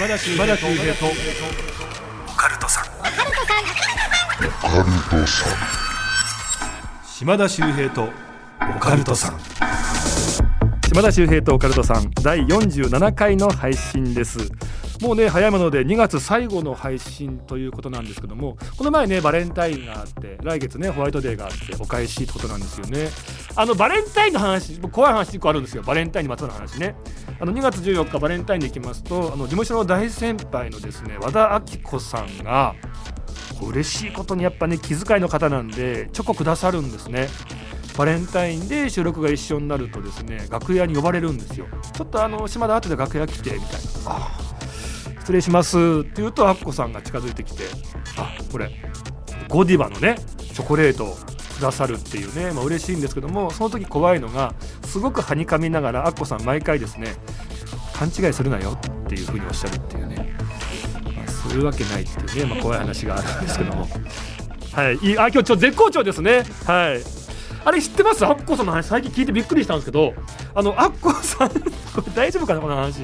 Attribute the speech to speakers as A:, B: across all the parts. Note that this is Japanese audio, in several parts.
A: 島田秀平とオカルトさん。島田秀平とオカルトさん。島田秀平とオカルトさん第47回の配信です。もうね早いもので2月最後の配信ということなんですけども、この前ねバレンタインがあって、来月ねホワイトデーがあってお返しってことなんですよね。バレンタインの話、怖い話1個あるんですよ。バレンタインにまつわる話ね。2月14日バレンタインに行きますと、事務所の大先輩のですね和田アキ子さんが嬉しいことにやっぱね気遣いの方なんでチョコくださるんですね。バレンタインで収録が一緒になるとですね楽屋に呼ばれるんですよ。ちょっと島田後で楽屋来てみたいな、失礼しますって言うとアッコさんが近づいてきて、これゴディバのねチョコレートをくださるっていうね、嬉しいんですけども、その時怖いのがすごくはにかみながらアッコさん毎回ですね勘違いするなよっていう風におっしゃるっていうね、そういうわけないっていうね、怖い話があるんですけどもはい、今日絶好調ですね。はい、あれ知ってます？アッコさんの話最近聞いてびっくりしたんですけど、アッコさんこれ大丈夫かなこの話。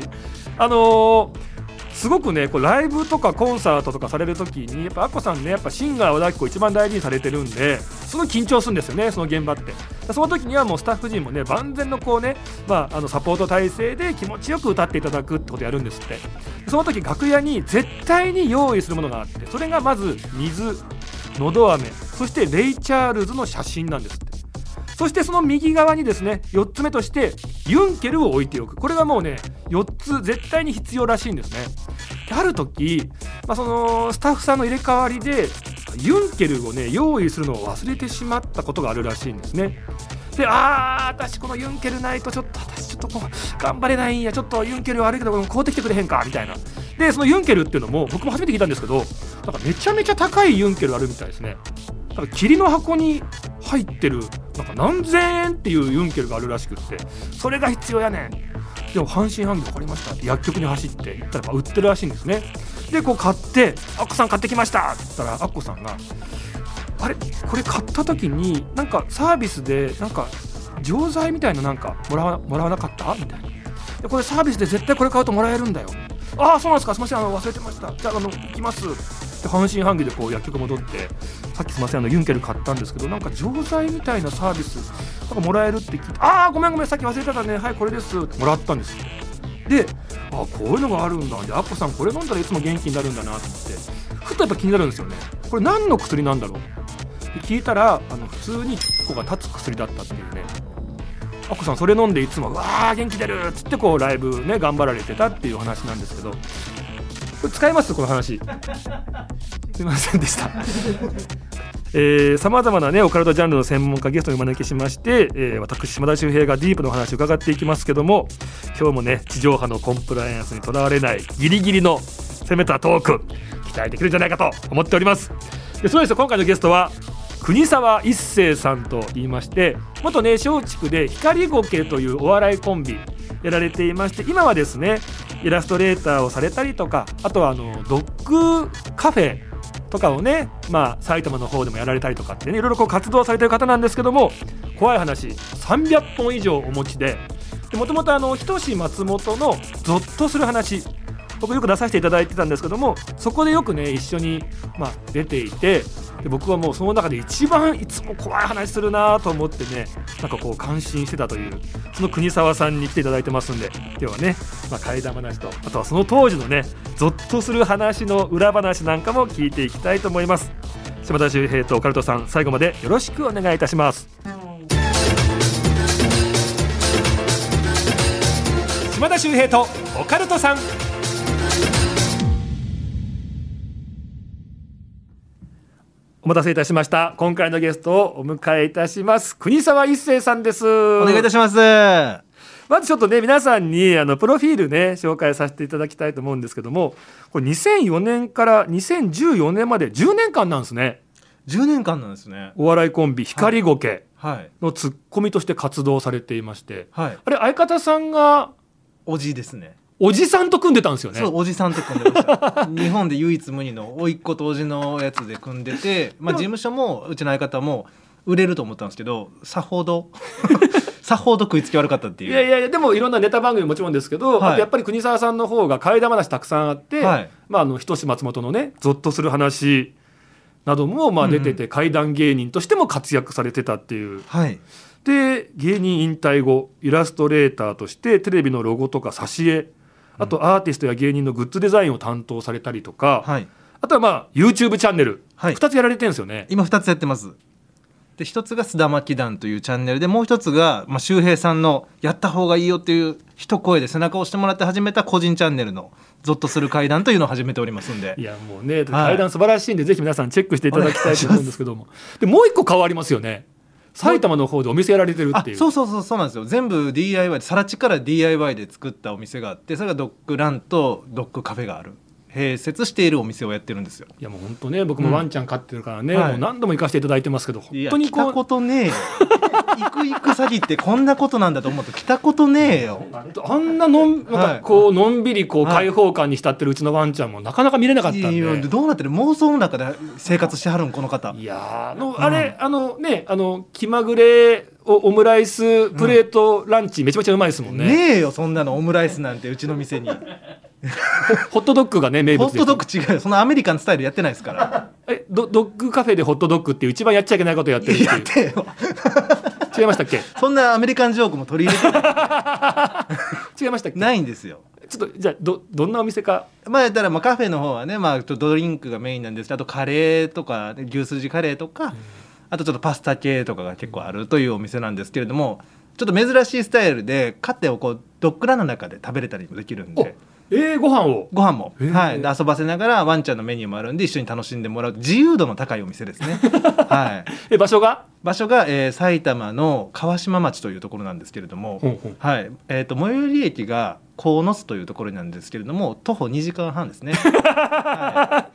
A: すごくねこうライブとかコンサートとかされるときにやっぱアッコさんねやっぱシンガー和田アキ子一番大事にされてるんで、すごい緊張するんですよねその現場って。その時にはもうスタッフ陣もね万全のこうね、サポート体制で気持ちよく歌っていただくってことやるんですって。その時楽屋に絶対に用意するものがあって、それがまず水、のど飴、そしてレイ・チャールズの写真なんですって。そしてその右側にですね4つ目としてユンケルを置いておく。これがもうね4つ絶対に必要らしいんですね。である時、そのスタッフさんの入れ替わりでユンケルをね用意するのを忘れてしまったことがあるらしいんですね。で私このユンケルないと私こう頑張れないんや、ちょっとユンケル悪いけど買うてきてくれへんかみたいな。でそのユンケルっていうのも僕も初めて聞いたんですけど、なんかめちゃめちゃ高いユンケルあるみたいですね。なんか霧の箱に入ってるなんか何千円っていうユンケルがあるらしくって、それが必要やねん。でも半信半疑分かりましたって薬局に走って行ったら売ってるらしいんですね。でこう買ってアッコさん買ってきましたって言ったらアッコさんがあれこれ買った時になんかサービスでなんか錠剤みたいななんかもらわなかったみたいな。でこれサービスで絶対これ買うともらえるんだよ。そうなんですか、すいません忘れてました、じゃあ行きますで半信半疑でこう薬局戻って、さっきすいませんユンケル買ったんですけどなんか錠剤みたいなサービスなんかもらえるって聞いて、ごめんさっき忘れてたね、はいこれですってもらったんですよ。でこういうのがあるんだ。でアッコさんこれ飲んだらいつも元気になるんだなと思って、ふとやっぱ気になるんですよね。これ何の薬なんだろうって聞いたら普通に子が立つ薬だったっていうね。アッコさんそれ飲んでいつも元気出るっつってこうライブね頑張られてたっていう話なんですけど、これ使いますこの話すいませんでしたさまざまなねオカルトジャンルの専門家ゲストにお招きしまして、私島田秀平がディープの話を伺っていきますけども、今日もね地上波のコンプライアンスにとらわれないギリギリの攻めたトーク期待できるんじゃないかと思っております。でそうですよ、今回のゲストは国沢一生さんと言いまして、元ね松竹で光ゴケというお笑いコンビやられていまして、今はですねイラストレーターをされたりとか、あとはドッグカフェとかをね、埼玉の方でもやられたりとかってね、いろいろこう活動されている方なんですけども、怖い話300本以上お持ちで、もともとひとし松本のゾッとする話僕よく出させていただいてたんですけども、そこでよくね一緒に出ていて、で僕はもうその中で一番いつも怖い話するなと思ってね、なんかこう感心してたというその国沢さんに来ていただいてますんで、今日はね、怪談話とあとはその当時のねゾッとする話の裏話なんかも聞いていきたいと思います。島田秀平とオカルトさん、最後までよろしくお願いいたします。島田秀平とオカルトさん。お待たせいたしました。今回のゲストをお迎えいたします。国沢一生さんです。
B: お願いいたします。
A: まずちょっとね皆さんにプロフィールね紹介させていただきたいと思うんですけども、これ2004年から2014年まで10年間なんですね。
B: 10年間なんですね。
A: お笑いコンビ光ゴケ
B: はい
A: のツッコミとして活動されていまして、
B: はい、
A: あれ相方さんが
B: おじですね。
A: おじさんと組んでたんですよね。
B: そう、おじさんと組んでました日本で唯一無二の甥っ子とおじのやつで組んでて、事務所もうちの相方も売れると思ったんですけど、さほどさほど食いつき悪かったっていう。
A: いやいやでもいろんなネタ番組もちろんですけど、
B: はい、
A: あとやっぱり国沢さんの方が怪談話たくさんあって、
B: はい、
A: 人志松本のねゾッとする話なども出てて、怪談芸人としても活躍されてたっていう、
B: はい、
A: で芸人引退後イラストレーターとしてテレビのロゴとか挿絵、あとアーティストや芸人のグッズデザインを担当されたりとか、
B: はい、
A: あとはYouTube チャンネル、
B: はい、
A: 2つやられてるんですよね。
B: 今2つやってます。で1つが須田巻団というチャンネルで、もう1つが、周平さんのやった方がいいよっていう一声で背中を押してもらって始めた個人チャンネルのゾッとする怪談というのを始めておりますんで。
A: いやもうね怪談素晴らしいんで、ぜひ皆さんチェックしていただきたいと思うんですけども、でもう一個変わりますよね。埼玉の方でお店やられてるっていう。
B: そうなんですよ。全部 DIY で、更地から DIY で作ったお店があって、それがドッグランとドッグカフェがある併設しているお店をやってるんですよ。
A: いやもう本当ね、僕もワンちゃん飼ってるからね、
B: はい、
A: もう何度も行かせていただいてますけど、本当に
B: 来たことねえよ行く詐欺ってこんなことなんだと思うと来たことねえよ。
A: あんななんかこうのんびりこう開放感に浸ってるうちのワンちゃんもなかなか見れなかったんで、
B: いやどうなってる、妄想の中で生活してはるんこの方。
A: いやあれ、気まぐれオムライスプレートランチ、めちゃめちゃうまいですもんね。
B: ねえよそんなの、オムライスなんてうちの店に
A: ホットドッグがね名物です。
B: ホットドッグ違うよ、そのアメリカンスタイルやってないですから。
A: ドッグカフェでホットドッグっていう一番やっちゃいけないことやってるっていう。
B: やってよ
A: 違いましたっけ。
B: そんなアメリカンジョークも取り入れてない
A: 違いましたっけ。
B: ないんですよ。
A: ちょっとじゃあ どんなお店か。
B: やったらカフェの方はね、ドリンクがメインなんですけど、あとカレーとか牛すじカレーとか、あとちょっとパスタ系とかが結構あるというお店なんですけれども、ちょっと珍しいスタイルでカテをこうドッグランの中で食べれたりもできるんで、
A: ご飯も、
B: はい、で遊ばせながらワンちゃんのメニューもあるんで一緒に楽しんでもらう自由度の高いお店ですね。はい、
A: 場所が、
B: 埼玉の川島町というところなんですけれども、はい、最寄り駅が鴻巣というところなんですけれども、徒歩2時間半ですね。はい、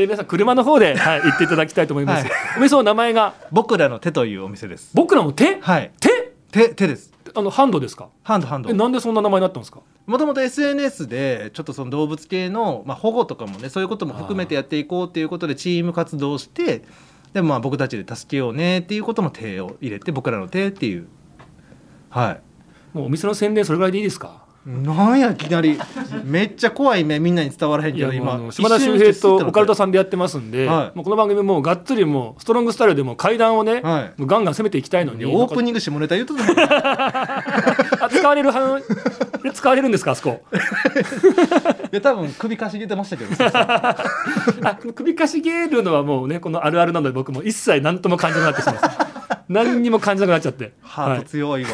A: 皆さん車の方で、行っていただきたいと思います。お店の名前が
B: 僕らの手というお店です。
A: 僕らの手、
B: はい、手です。
A: ハンドですか。
B: ハンド。
A: なんでそんな名前になったんですか。
B: もともと SNS でちょっとその動物系の、保護とかもね、そういうことも含めてやっていこうということでチーム活動して、で僕たちで助けようねっていうことの手を入れて、僕らの手っていう。はい。
A: もうお店の宣伝それぐらいでいいですか。
B: なんやいきなりめっちゃ怖い目、みんなに伝わらへんけど、今
A: 島田秀平とオカルトさんでやってますんで、もうこの番組もうがっつりもうストロングスタイルでも怪談をね、もうガンガン攻めていきたいのに、
B: オープニング下ネタ言うとった
A: 使われるんですか、あそこ。
B: いや多分首かしげてましたけど
A: 首かしげるのはもうねこのあるあるなので、僕も一切何とも感じなくなってしまいます。何にも感じなくなっちゃって、
B: ハート強いわ。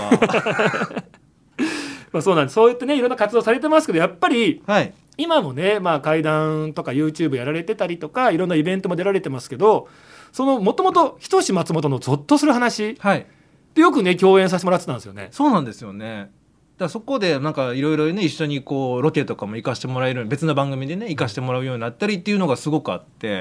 A: そうなんです。そうやってねいろんな活動されてますけど、やっぱり、今もね、怪談とか YouTube やられてたりとか、いろんなイベントも出られてますけど、そのもともと人志松本のゾッとする話でよくね共演させてもらってたんですよね。
B: そうなんですよね。だからそこでなんかいろいろね一緒にこうロケとかも行かしてもらえるように、別の番組でね行かしてもらうようになったりっていうのがすごくあって、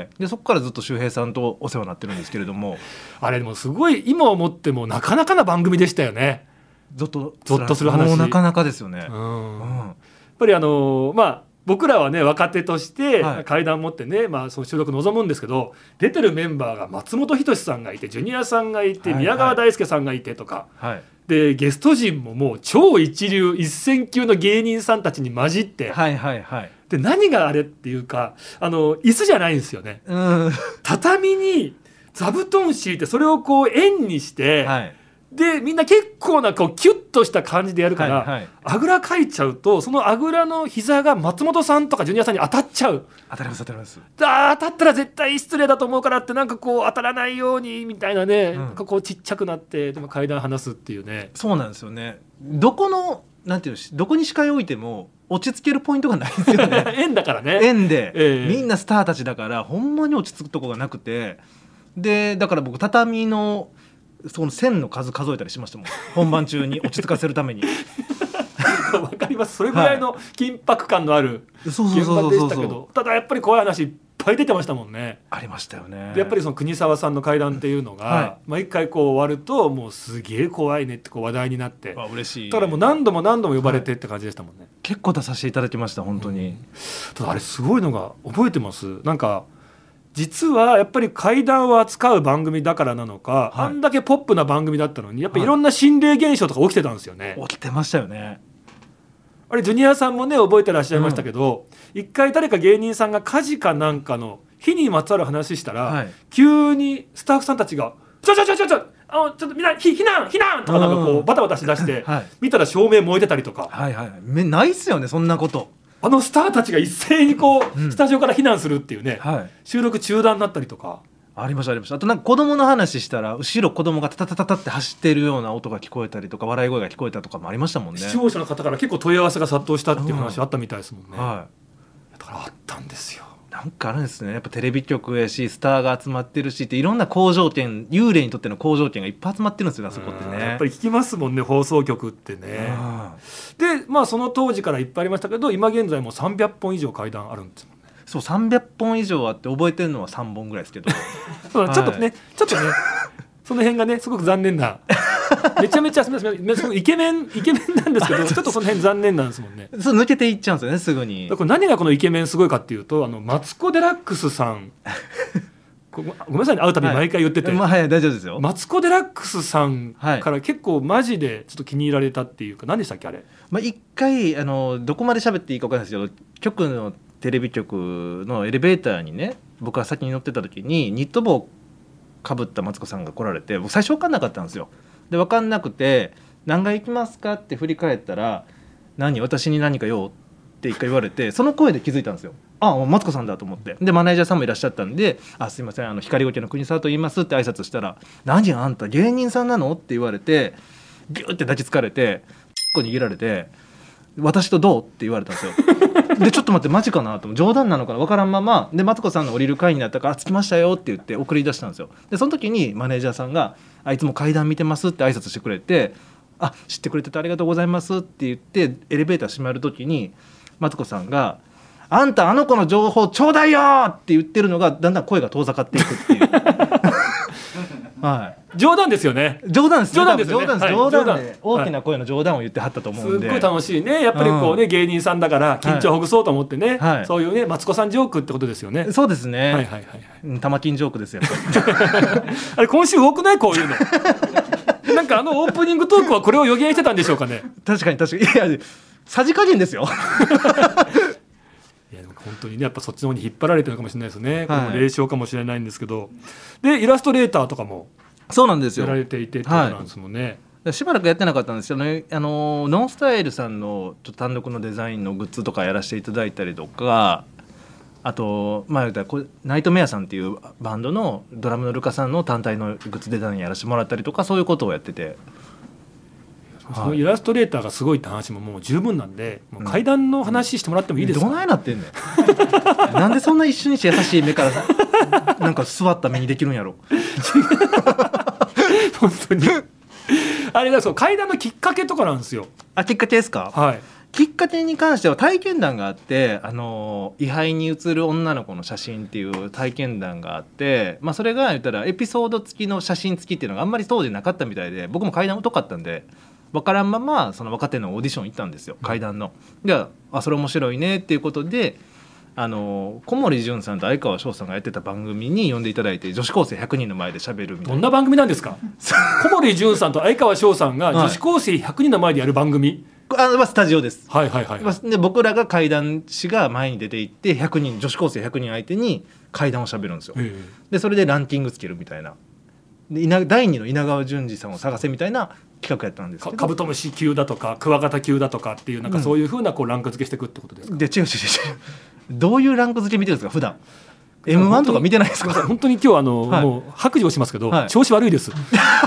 B: でそこからずっと周平さんとお世話になってるんですけれども、
A: あれでもすごい今思ってもなかなかな番組でしたよね。
B: ゾッ
A: とする話、
B: もうなかなかですよね。
A: やっぱり僕らはね若手として怪談持ってね、その収録臨むんですけど、出てるメンバーが松本人志さんがいて、ジュニアさんがいて、宮川大輔さんがいてとか、でゲスト陣ももう超一流一線級の芸人さんたちに混じって、で何があれっていうか、椅子じゃないんですよね。畳に座布団敷いて、それをこう円にして、でみんな結構なこうキュッとした感じでやるから、あぐらかいちゃうと、そのあぐらの膝が松本さんとかジュニアさんに当たっちゃう。
B: 当たります。
A: 当たったら絶対失礼だと思うからって、なんかこう当たらないようにみたいなね、なんかこうちっちゃくなって、でも階段話すっていうね。
B: そうなんですよね。どこに司会置いても落ち着けるポイントがないんですよね。
A: 縁だからね。
B: 縁で、みんなスターたちだからほんまに落ち着くとこがなくて、でだから僕畳のその線の数数えたりしましたもん、本番中に落ち着かせるために。
A: わかります。それぐらいの緊迫感のある現場でしたけど、ただやっぱり怖い話いっぱい出てましたもんね。
B: ありましたよね。
A: でやっぱりその国沢さんの怪談っていうのが、一回こう終わるともうすげえ怖いねってこう話題になって、
B: 嬉しい。
A: ただもう何度も呼ばれてって感じでしたもんね。
B: 結構出させていただきました本当に。
A: ただあれすごいのが覚えてます。なんか実はやっぱり怪談を扱う番組だからなのか、
B: はい、
A: あんだけポップな番組だったのにやっぱりいろんな心霊現象とか起きてたんですよね、
B: 起きてましたよね。
A: あれジュニアさんもね覚えてらっしゃいましたけど、一回誰か芸人さんが火事かなんかの火にまつわる話したら、はい、急にスタッフさんたちがちょっとみんな避難とかなんかこうバタバタしだして、はい、見たら照明燃えてたりとか、
B: はいはい、ないっすよねそんなこと。
A: スターたちが一斉にこう、スタジオから避難するっていうね、はい、収録中断になったりとか
B: ありましたありました。あとなんか子供の話したら後ろ子供がタタタタタって走ってるような音が聞こえたりとか笑い声が聞こえたとかもありましたもんね。
A: 視聴者の方から結構問い合わせが殺到したっていう話あったみたいですもんね、はい、だからあったんですよ。
B: なんかあるんですね。やっぱテレビ局やしスターが集まってるしっていろんな好条件、幽霊にとっての好条件がいっぱい集まってるんですよあそこってね。
A: やっぱり聞きますもんね放送局ってね。でまあその当時からいっぱいありましたけど今現在も300本以上怪談あるんですもんね。
B: そう300本以上あって覚えてるのは3本ぐらいですけど
A: ちょっとねその辺がねすごく残念なめちゃめちゃすごくイケメンなんですけどちょっとその辺残念なんですもんね。
B: そう抜けていっちゃうんですよねすぐに。
A: これ何がこのイケメンすごいかっていうとマツコ・デラックスさんごめんなさいね会うたび毎回言ってて、
B: はい、大丈夫ですよ。
A: マツコ・デラックスさんから結構マジでちょっと気に入られたっていうか何でしたっけあれ。
B: 一回どこまで喋っていいか分からないですけど局のテレビ局のエレベーターにね僕が先に乗ってた時にニット帽かぶったマツコさんが来られて僕最初分かんなかったんですよ。で分かんなくて何階行きますかって振り返ったら私に何か用って一回言われてその声で気づいたんですよ。マツコさんだと思って。でマネージャーさんもいらっしゃったんですいません光ゴケの国沢と言いますって挨拶したら何あんた芸人さんなのって言われてギューって抱きつかれて握られて私とどうって言われたんですよでちょっと待ってマジかなと冗談なのかな分からんままでマツコさんの降りる会になったから着きましたよって言って送り出したんですよ。でその時にマネージャーさんがいつも階段見てますって挨拶してくれて知ってくれててありがとうございますって言ってエレベーター閉まる時にマツコさんがあんたあの子の情報ちょうだいよって言ってるのがだんだん声が遠ざかっていくっていうはい、
A: 冗談ですよね。
B: 冗談ですよね。
A: 冗談
B: で大きな声の冗談を言ってはったと思うんで、
A: すっごい楽しいね。やっぱりこうね、芸人さんだから緊張ほぐそうと思ってね、そういうねマツコさんジョークってことですよね。
B: そうですね。玉金ジョークですよ
A: あれ今週多くないこういうのなんかオープニングトークはこれを予言してたんでしょうかね。
B: 確かにいやさじ加減ですよ
A: いやでも本当にねやっぱそっちの方に引っ張られてるのかもしれないですね。これも霊障かもしれないんですけど、でイラストレーターとかも
B: そうなんですよ
A: やられていてってことなんですもんね。
B: しばらくやってなかったんですけどね、ノンスタイルさんのちょっと単独のデザインのグッズとかやらせていただいたりとか、あと、ナイトメアさんっていうバンドのドラムのルカさんの単体のグッズデザインやらせてもらったりとかそういうことをやってて、
A: そのイラストレーターがすごいって話ももう十分なんで、もう階段の話してもらってもいいですか。
B: どないなってんねんなんでそんな一瞬にして優しい目からなんか座った目にできるんやろ
A: 本当にあれだそう階段のきっかけとかなんですよ。
B: きっかけですか。はい、きっかけに関しては体験談があって、位牌に写る女の子の写真っていう体験談があって、それが言ったらエピソード付きの写真付きっていうのがあんまり当時なかったみたいで、僕も階段疎かったんで分からんままその若手のオーディション行ったんですよ、階段の。でそれ面白いねっていうことで小森純さんと相川翔さんがやってた番組に呼んでいただいて、女子高生100人の前で喋るみたいな。
A: どんな番組なんですか小森純さんと相川翔さんが女子高生100人の前でやる番組、
B: スタジオです。
A: はいはいはい、
B: で僕らが怪談師が前に出て行って100人女子高生100人相手に怪談を喋るんですよ。でそれでランキングつけるみたいな、で第2の稲川淳二さんを探せみたいな企画やったんですけど、
A: カブトムシ級だとかクワガタ級だとかっていうなんかそういう風なランク付けしていくってことですか。
B: で違うどういうランク付け見てるんですか普段。M1 とか見てないですか。
A: 本当に今日もう白状しますけど、調子悪いです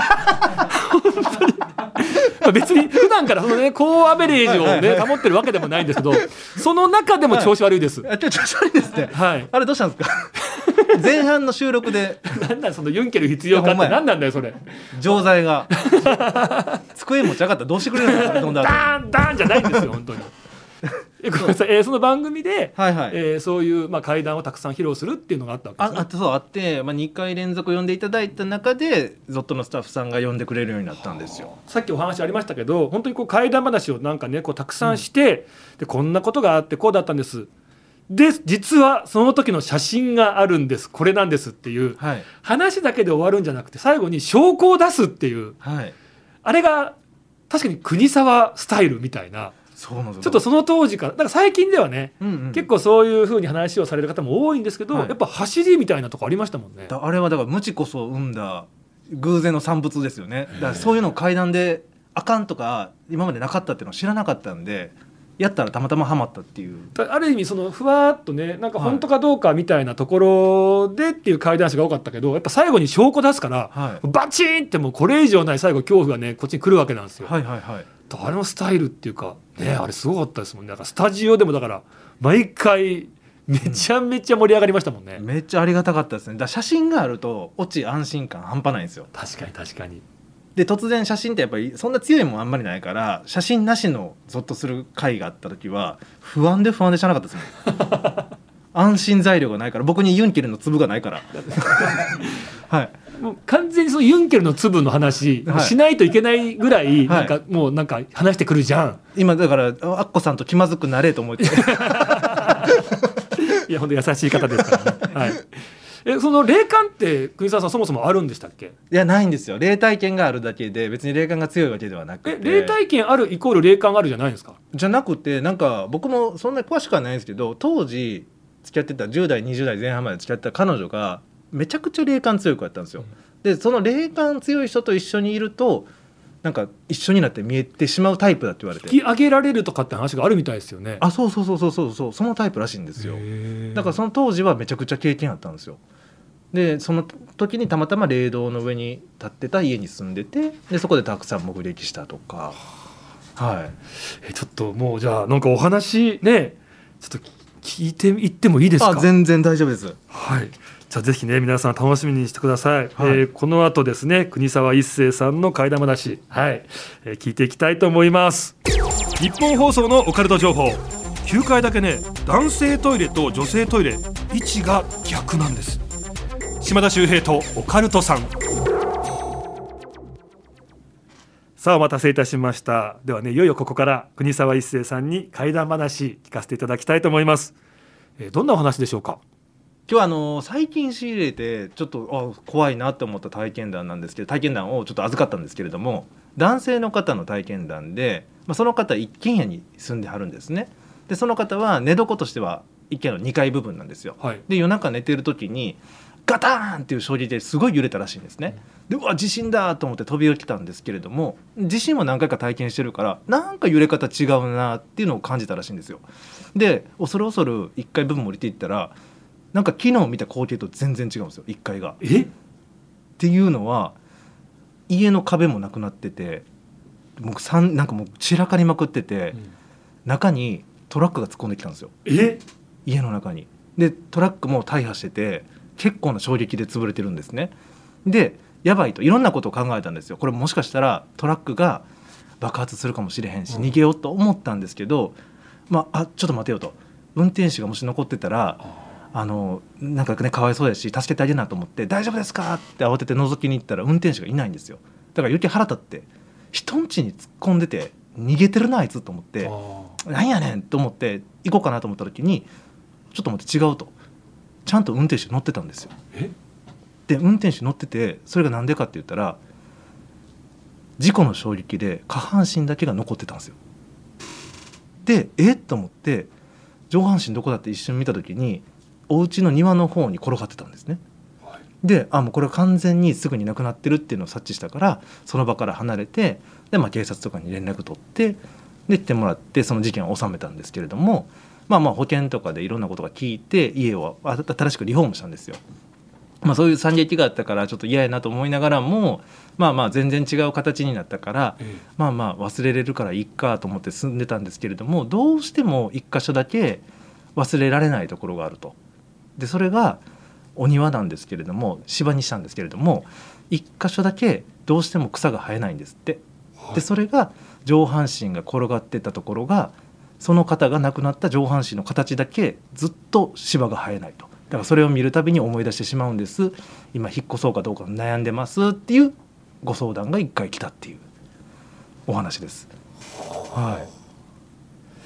A: 別に普段から高アベレージを保ってるわけでもないんですけど、その中でも調子悪いです。
B: 調子悪いですね。あれどうしたんですか前半の収録で
A: なんだそのユンケル必要かって何なんだよそれ。
B: 錠剤が机持ち上がったらどうしてくれるんですか。
A: ダーンダーンじゃないんですよ本当にごめんなさい、その番組で、そういう怪談をたくさん披露するっていうのがあったわけですね。
B: あって、2回連続呼んでいただいた中でZOTのスタッフさんが呼んでくれるようになったんですよ。
A: さっきお話ありましたけど本当に怪談話をなんかねたくさんして、でこんなことがあってこうだったんですっで実はその時の写真があるんです、これなんですっていう、
B: はい
A: 話だけで終わるんじゃなくて最後に証拠を出すっていう、
B: はい、
A: あれが確かに国沢スタイルみたいな。
B: そうなんですよ。
A: ちょっとその当時からだから最近ではね、結構そういう風に話をされる方も多いんですけど、やっぱ走りみたいなとこありましたもんね。
B: あれはだから無知こそ生んだ偶然の産物ですよね。だからそういうのを階段であかんとか今までなかったっていうのを知らなかったんで、やったらたまたまハマったっていう。
A: ある意味そのふわっとね、なんか本当かどうかみたいなところでっていう怪談師が多かったけど、やっぱ最後に証拠出すから、バチーンってもうこれ以上ない最後恐怖がねこっちに来るわけなんですよ。あれのスタイルっていうかね、あれすごかったですもんね。だからスタジオでもだから毎回めちゃめちゃ盛り上がりましたもんね。
B: めっちゃありがたかったですね。だから写真があるとオチ安心感半端ないんですよ。
A: 確かに確かに。
B: で突然写真ってやっぱりそんな強いもんあんまりないから、写真なしのゾッとする回があった時は不安でしゃあなかったですもん安心材料がないから、僕にユンケルの粒がないからはい、
A: もう完全にそのユンケルの粒の話、しないといけないぐらいなんか、もうなんか話してくるじゃん。
B: 今だからアッコさんと気まずくなれと思って
A: いや本当優しい方ですからね、はい、その霊感って国沢さんそもそもあるんでしたっけ？
B: いやないんですよ。霊体験があるだけで別に霊感が強いわけではなくて。
A: 霊体験あるイコール霊感があるじゃないんですか？
B: じゃなくて、なんか僕もそんなに詳しくはないんですけど、当時付き合ってた10代20代前半まで付き合ってた彼女がめちゃくちゃ霊感強くやったんですよ。でその霊感強い人と一緒にいるとなんか一緒になって見えてしまうタイプだって言われて、
A: 引き上げられるとかって話があるみたいですよね。
B: あ、そうそのタイプらしいんですよ。だからその当時はめちゃくちゃ経験あったんですよ。でその時にたまたま霊道の上に立ってた家に住んでて、でそこでたくさん目撃したとか、はい、
A: ちょっともうじゃあなんかお話ねちょっと聞いていってもいいですか？
B: 全然大丈夫です。
A: はい、じゃあぜひね皆さん楽しみにしてください。はい、この後ですね国沢一生さんの怪談話、はい聞いていきたいと思います。日本放送のオカルト情報、9階だけね男性トイレと女性トイレ位置が逆なんです。島田秀平とオカルトさん。さあお待たせいたしました。ではねいよいよここから国沢一生さんに怪談話聞かせていただきたいと思います。どんなお話でしょうか？
B: 今日は最近仕入れてちょっと怖いなと思った体験談なんですけど、体験談をちょっと預かったんですけれども、男性の方の体験談で、その方一軒家に住んではるんですね。でその方は寝床としては一軒家の2階部分なんですよ。で夜中寝てる時にガターンっていう衝撃ですごい揺れたらしいんですね。でうわ地震だと思って飛び起きたんですけれども、地震も何回か体験してるからなんか揺れ方違うなっていうのを感じたらしいんですよ。で恐る恐る1階部分降りていったら、なんか昨日見た光景と全然違うんですよ1階が。っていうのは家の壁もなくなってて、なんかもう散らかりまくってて、中にトラックが突っ込んできたんですよ。家の中に。でトラックも大破してて結構な衝撃で潰れてるんですね。でやばいといろんなことを考えたんですよ。これもしかしたらトラックが爆発するかもしれへんし逃げようと思ったんですけど、ちょっと待てよと、運転手がもし残ってたらなんかねかわいそうやし助けてあげなと思って、大丈夫ですかって慌てて覗きに行ったら運転手がいないんですよ。だから余計腹立って人ん家に突っ込んでて逃げてるなあいつと思って、なんやねんと思って行こうかなと思った時に、ちょっと待って違うと、ちゃんと運転手乗ってたんですよ。で運転手乗ってて、それがなんでかって言ったら事故の衝撃で下半身だけが残ってたんですよ。でと思って上半身どこだって一瞬見た時にお家の庭の方に転がってたんですね。でもうこれは完全にすぐに亡くなってるっていうのを察知したから、その場から離れて、で、警察とかに連絡取ってで来てもらってその事件を収めたんですけれども、保険とかでいろんなことが聞いて家を新しくリフォームしたんですよ。そういう惨劇があったからちょっと嫌やなと思いながらも、全然違う形になったから、忘れれるからいいかと思って住んでたんですけれども、どうしても一箇所だけ忘れられないところがあると。でそれがお庭なんですけれども、芝にしたんですけれども、一箇所だけどうしても草が生えないんですって。でそれが上半身が転がってたところが、その方が亡くなった上半身の形だけずっと芝が生えないと。だからそれを見るたびに思い出してしまうんです。今引っ越そうかどうか悩んでますっていうご相談が1回来たっていうお話です。
A: いや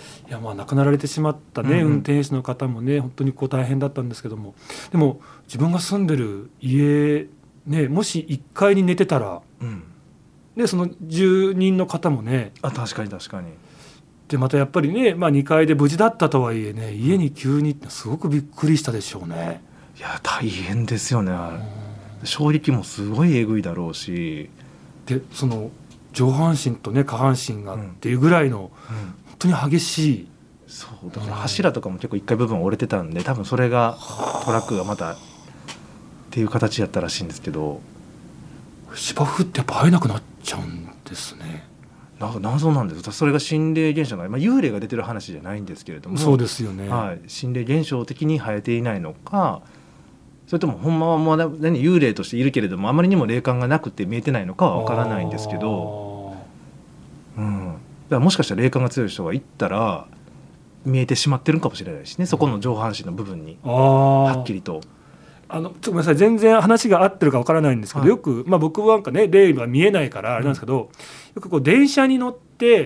A: まあ亡くなられてしまったね、運転手の方もね本当にこう大変だったんですけども、でも自分が住んでる家、ね、もし1階に寝てたら、でその住人の方もね、
B: 確かに確かに。
A: でまたやっぱりね、まあ、2階で無事だったとはいえね、家に急にってすごくびっくりしたでしょうね。
B: いや大変ですよね。衝撃もすごいえぐいだろうし、
A: でその上半身とね下半身がっていうぐらいの、本当に激しい。
B: そうだから柱とかも結構1階部分折れてたんで、多分それがトラックがまたっていう形やったらしいんですけど、
A: 芝生ってやっぱ生えなくなっちゃうんですね。
B: 謎なんです。それが心霊現象が、幽霊が出てる話じゃないんですけれども、
A: そうですよね、
B: 心霊現象的に生えていないのか、それともほんまはもう幽霊としているけれどもあまりにも霊感がなくて見えてないのかは分からないんですけど、だからもしかしたら霊感が強い人が行ったら見えてしまってるかもしれないしね、そこの上半身の部分にはっきりと。ちょっとごめんなさい、全然話が合ってるかわからないんですけど、よく、僕はなんかね霊が見えないからあれなんですけど、よくこう電車に乗って、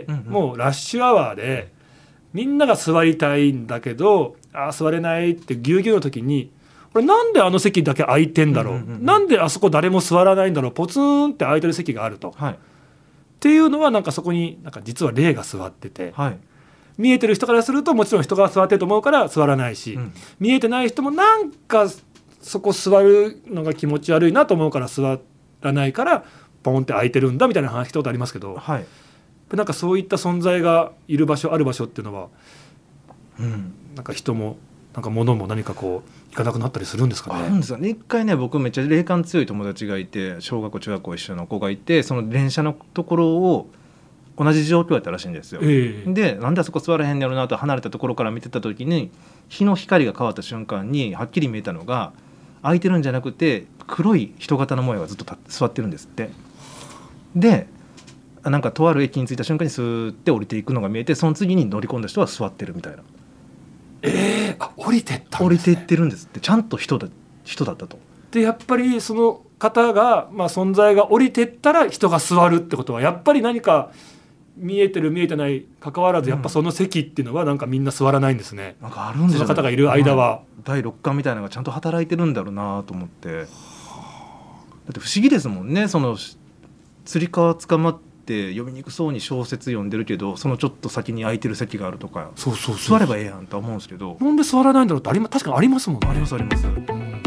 B: もうラッシュアワーでみんなが座りたいんだけど座れないってぎゅうぎゅうの時に、これなんであの席だけ空いてんだろう、なんであそこ誰も座らないんだろう、ポツンって空いてる席があると、っていうのはなんかそこになんか実は霊が座ってて、見えてる人からするともちろん人が座ってると思うから座らないし、見えてない人もなんかそこ座るのが気持ち悪いなと思うから座らないからポンって空いてるんだみたいな話聞いたことありますけど、なんかそういった存在がいる場所ある場所っていうのは、なんか人もなんか物も何かこう行かなくなったりするんですかね。 あるんですよね。一回ね、僕めっちゃ霊感強い友達がいて、小学校中学校一緒の子がいて、その電車のところを同じ状況やったらしいんですよ、でなんであそこ座らへんやろなと離れたところから見てた時に、日の光が変わった瞬間にはっきり見えたのが、空いてるんじゃなくて黒い人型の模様がずっと座ってるんですって。でなんかとある駅に着いた瞬間にスーって降りていくのが見えて、その次に乗り込んだ人は座ってるみたいな。
A: 降りてったんですね。
B: 降りていってるんですって。ちゃんと人だったと。
A: でやっぱりその方が、存在が降りてったら人が座るってことは、やっぱり何か見えてる見えてない関わらず、やっぱその席っていうのはなんかみんな座らないんですね。
B: なんかあるんですよね。
A: その方がいる間は、
B: 第六感みたいなのがちゃんと働いてるんだろうなと思って。だって不思議ですもんね。そのつり革捕まって読みにくそうに小説読んでるけど、そのちょっと先に空いてる席があるとか、座ればええやんと思うんですけど、
A: なんで座らないんだろうって確かにありますもんね。
B: ありますあります。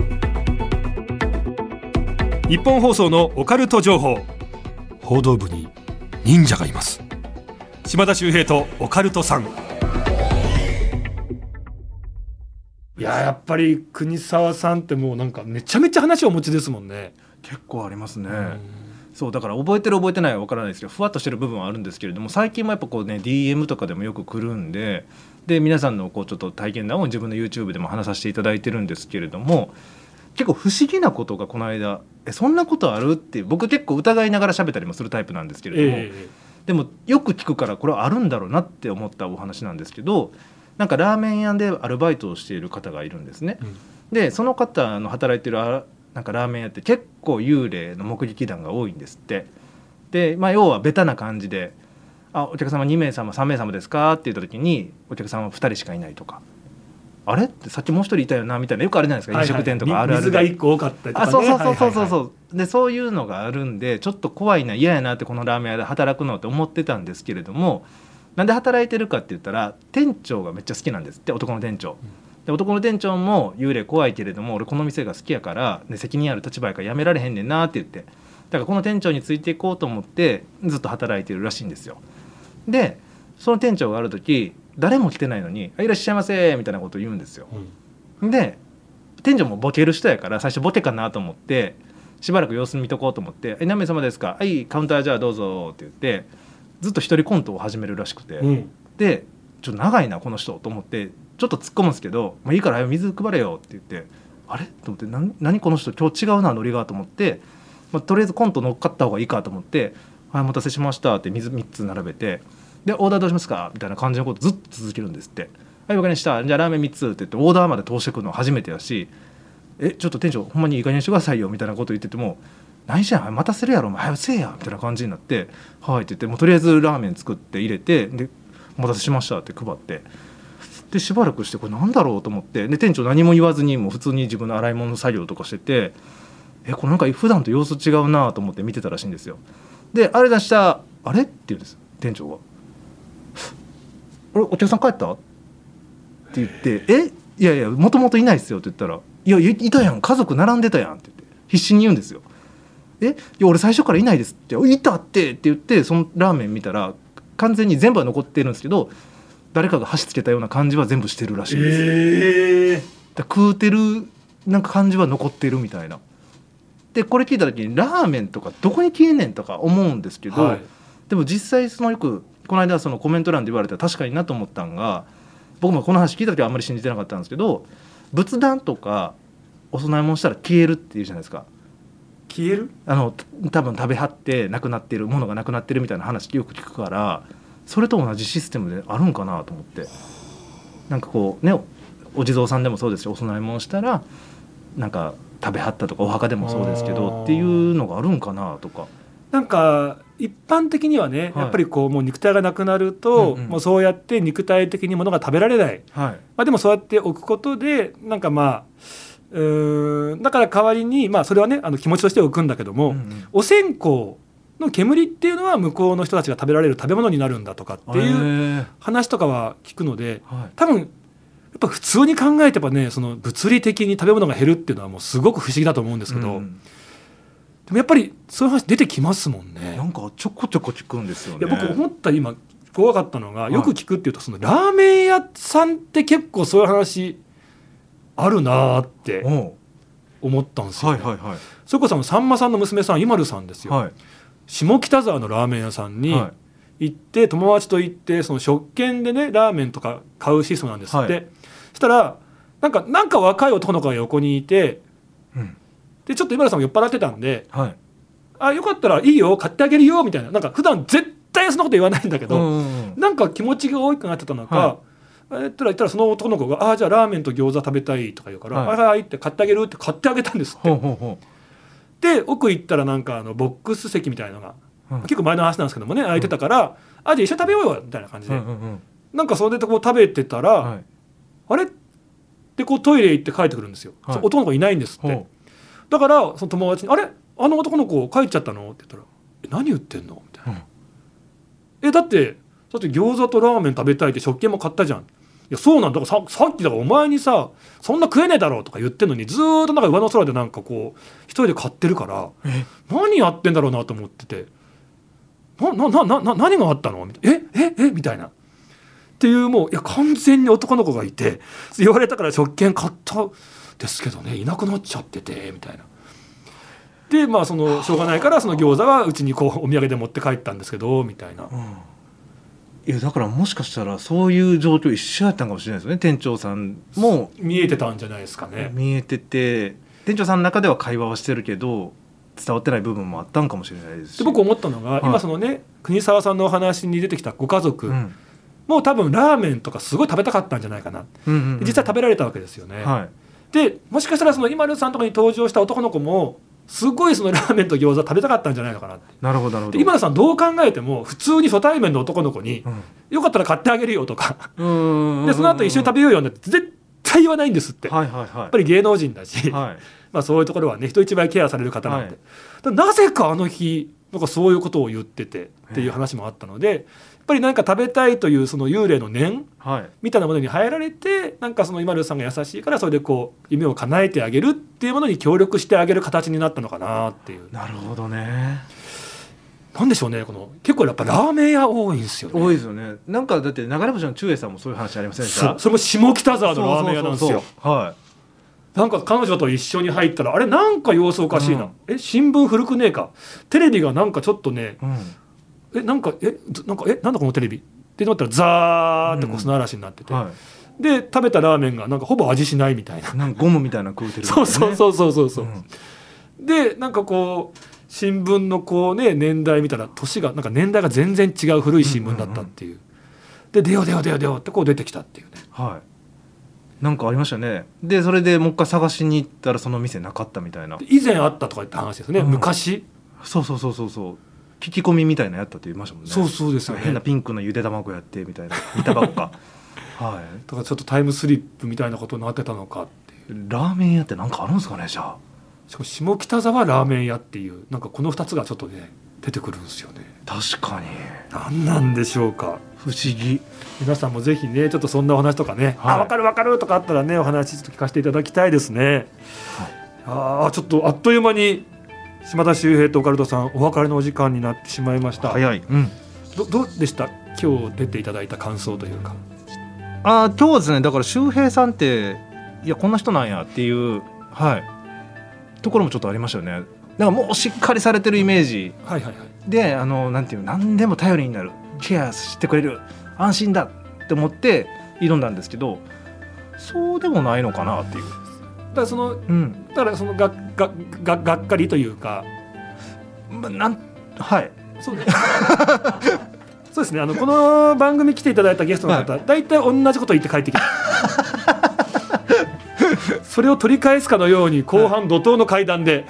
A: 日本放送のオカルト情報、報道部に忍者がいます。島田秀平とオカルトさん。やっぱり国沢さんってもうなんかめちゃめちゃ話をお持ちですもんね。
B: 結構ありますね。そうだから覚えてる覚えてないは分からないですけど、ふわっとしてる部分はあるんですけれども、最近もやっぱこうね DM とかでもよく来るんで、皆さんのこうちょっと体験談を自分の YouTube でも話させていただいてるんですけれども、結構不思議なことがこの間、そんなことあるって僕結構疑いながら喋ったりもするタイプなんですけれども、でもよく聞くからこれはあるんだろうなって思ったお話なんですけど、なんかラーメン屋でアルバイトをしている方がいるんですね、でその方の働いてるなんかラーメン屋って結構幽霊の目撃談が多いんですって。で、要はベタな感じで、お客様2名様3名様ですかって言った時に、お客様2人しかいないとか、あれってさっきもう一人いたよなみたいな、よくあるじゃないですか、飲食店とかあるあるで、
A: 水が1個多かったりとかね。
B: でそういうのがあるんで、ちょっと怖いな、嫌やなって、このラーメン屋で働くのって思ってたんですけれども、なんで働いてるかって言ったら、店長がめっちゃ好きなんですって、男の店長で、男の店長も幽霊怖いけれども俺この店が好きやから、責任ある立場やから辞められへんねんなって言って、だからこの店長についていこうと思ってずっと働いてるらしいんですよ。でその店長がある時、誰も来てないのにいらっしゃいませみたいなことを言うんですよ、で店長もボケる人やから、最初ボケかなと思ってしばらく様子見とこうと思って、何名様ですか、はいカウンターじゃあどうぞって言って、ずっと一人コントを始めるらしくて、でちょっと長いなこの人と思ってちょっと突っ込むんですけど、いいから水配れよって言って、あれと思って、何この人今日違うなノリがと思って、とりあえずコント乗っかった方がいいかと思って、はいお待たせしましたって水3つ並べて、でオーダーどうしますかみたいな感じのことずっと続けるんですって。はいわかりました、じゃあラーメン3つって言ってオーダーまで通してくるのは初めてやし、ちょっと店長ほんまにいい加減にしてくださいよみたいなこと言ってても、何しやん待たせるやろお前早くせえやみたいな感じになって、はいって言って、もうとりあえずラーメン作って入れて、でお待たせしましたって配って、でしばらくしてこれなんだろうと思って、で店長何も言わずにもう普通に自分の洗い物の作業とかしてて、これなんか普段と様子違うなと思って見てたらしいんですよ。であれ出したあれって言うんです店長が。お客さん帰ったって言って、いやいやもともといないですよって言ったら、いやいたやん、家族並んでたやんって言って必死に言うんですよ。いや俺最初からいないですって、いたって言って、そのラーメン見たら完全に全部は残ってるんですけど、誰かが箸つけたような感じは全部してるらしいんです。だ食うてるなんか感じは残ってるみたいな。でこれ聞いた時にラーメンとかどこに消えんねんとか思うんですけど、はい、でも実際そのよくこの間そのコメント欄で言われたら確かになと思ったんが、僕もこの話聞いた時はあんまり信じてなかったんですけど、仏壇とかお供え物したら消えるっていうじゃないですか。
A: 消える？
B: 多分食べはってなくなってるものがなくなってるみたいな話よく聞くから、それと同じシステムであるんかなと思って、なんかこうね、お地蔵さんでもそうですし、お供え物したらなんか食べはったとか、お墓でもそうですけどっていうのがあるんかなとか。
A: なんか一般的にはね、やっぱりこうもう肉体がなくなると、もうそうやって肉体的にものが食べられない、でもそうやっておくことでなんかだから代わりにそれはね気持ちとして置くんだけども、お線香の煙っていうのは向こうの人たちが食べられる食べ物になるんだとかっていう話とかは聞くので、多分やっぱ普通に考えてばね、その物理的に食べ物が減るっていうのはもうすごく不思議だと思うんですけど、でもやっぱりそういう話出てきますもんね。
B: なんかちょこちょこ聞くんですよね。
A: いや僕思った今怖かったのが、よく聞くっていうとそのラーメン屋さんって結構そういう話あるなって思ったんですよね。それこそさんまさんの娘さん今るさんですよ、下北沢のラーメン屋さんに行って、友達と行ってその食券でねラーメンとか買うシステムなんですって、そしたらなんか若い男の子が横にいて、でちょっと今田さんも酔っ払ってたんで、よかったらいいよ買ってあげるよみたいな、なんか普段絶対そんなこと言わないんだけど、なんか気持ちが大きくなってたのか、言ったらその男の子がじゃあラーメンと餃子食べたいとか言うから、はいって買ってあげるって買ってあげたんですって。で奥行ったらなんかボックス席みたいなのが、結構前の話なんですけどもね空いてたから、じゃあ一緒に食べようよみたいな感じで、なんかそれでこう食べてたら、あれってこうトイレ行って帰ってくるんですよ、男の子いないんですって。だからその友達に「あれあの男の子帰っちゃったの?」って言ったら「何言ってんの?」みたいな。だって餃子とラーメン食べたいって食券も買ったじゃん。いやそうなんだからさっきだからお前にさそんな食えねえだろとか言ってんのに、ずーっとなんか上の空でなんかこう一人で買ってるから、何やってんだろうなと思ってて、何があったのみたいな、みたいなっていう、もういや完全に男の子がいて、言われたから食券買ったですけどねいなくなっちゃっててみたいな。でそのしょうがないからその餃子はうちにこうお土産で持って帰ったんですけどみたいな。
B: いやだからもしかしたらそういう状況一緒やったんかもしれないですよね。店長さんも
A: 見えてたんじゃないですかね。
B: 見えてて店長さんの中では会話はしてるけど伝わってない部分もあったんかもしれないですし、
A: で僕思ったのが、今そのね国沢さんのお話に出てきたご家族、もう多分ラーメンとかすごい食べたかったんじゃないかな、実際食べられたわけですよね、でもしかしたらその今るさんとかに登場した男の子もすごいそのラーメンと餃子食べたかったんじゃないのかなって。
B: なるほど。
A: で今田さんどう考えても普通に初対面の男の子に、よかったら買ってあげるよとかでその後一緒に食べようよって絶対言わないんですって、やっぱり芸能人だし、そういうところはね人一倍ケアされる方なんで、なぜかあの日なんかそういうことを言っててっていう話もあったので、やっぱり何か食べたいというその幽霊の念、みたいなものに入られて、なんかその今るさんが優しいからそれでこう夢を叶えてあげるっていうものに協力してあげる形になったのかなっていう。
B: なるほどね。
A: なんでしょうね、結構やっぱラーメン屋多いんですよね。
B: 多いですよね。なんかだって流れ星の中英さんもそういう話ありませんでした？
A: それも下北沢のラーメン屋なんですよ。なんか彼女と一緒に入ったらあれなんか様子おかしいな、新聞古くねえか、テレビがなんかちょっとね、なんだこのテレビって思ったらザーってこう砂嵐になってて、で食べたラーメンがなんかほぼ味しないみたいな、
B: なんかゴムみたいなの食うてる、
A: そう、でなんかこう新聞のこうね年代見たらなんか年代が全然違う古い新聞だったっていう、で出ようってこう出てきたっていうね。
B: なんかありましたね。でそれでもう一回探しに行ったらその店なかったみたいな。
A: 以前あったとか言った話ですね、昔。
B: そう聞き込みみたいなやったって言いましたもんね。
A: そうですよね。
B: 変なピンクのゆで卵やってみたいな煮卵かはい、
A: だからちょっとタイムスリップみたいなことになってたのかっていう。
B: ラーメン屋ってなんかあるんですかね。じゃあ
A: しかも下北沢ラーメン屋っていうなんかこの2つがちょっとね出てくるんですよね。
B: 確かに
A: 何なんでしょうか。
B: 不思議。
A: 皆さんもぜひねちょっとそんなお話とかね、
B: はい、
A: 分かる分かるとかあったらねお話ちょっと聞かせていただきたいですね、はい、ちょっとあっという間に島田秀平とオカルトさんお別れのお時間になってしまいました。
B: 早い、うん、
A: どうでした今日出ていただいた感想というか。
B: 今日ですねだから秀平さんっていやこんな人なんやっていう、はい、ところもちょっとありましたよね。だからもうしっかりされてるイメージ、
A: はいはいはい、
B: でなんていう何でも頼りになるケアしてくれる安心だって思って挑んだんですけどそうでもないのかなっていう。
A: だからその、だからそのがっかりというか、
B: はい
A: そうねそうですねこの番組来ていただいたゲストの方、はい、大体同じこと言って帰ってきてそれを取り返すかのように後半怒涛の階段で、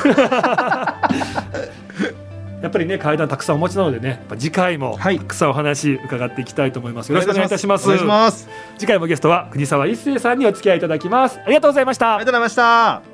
A: やっぱりね階段たくさんお持ちなのでね次回もたくさんお話伺っていきたいと思います。よろしくお願いいたします。
B: お願いします。
A: 次回もゲストは国沢一生さんにお付き合いいただきます。ありがとうございました。
B: ありがとうございました。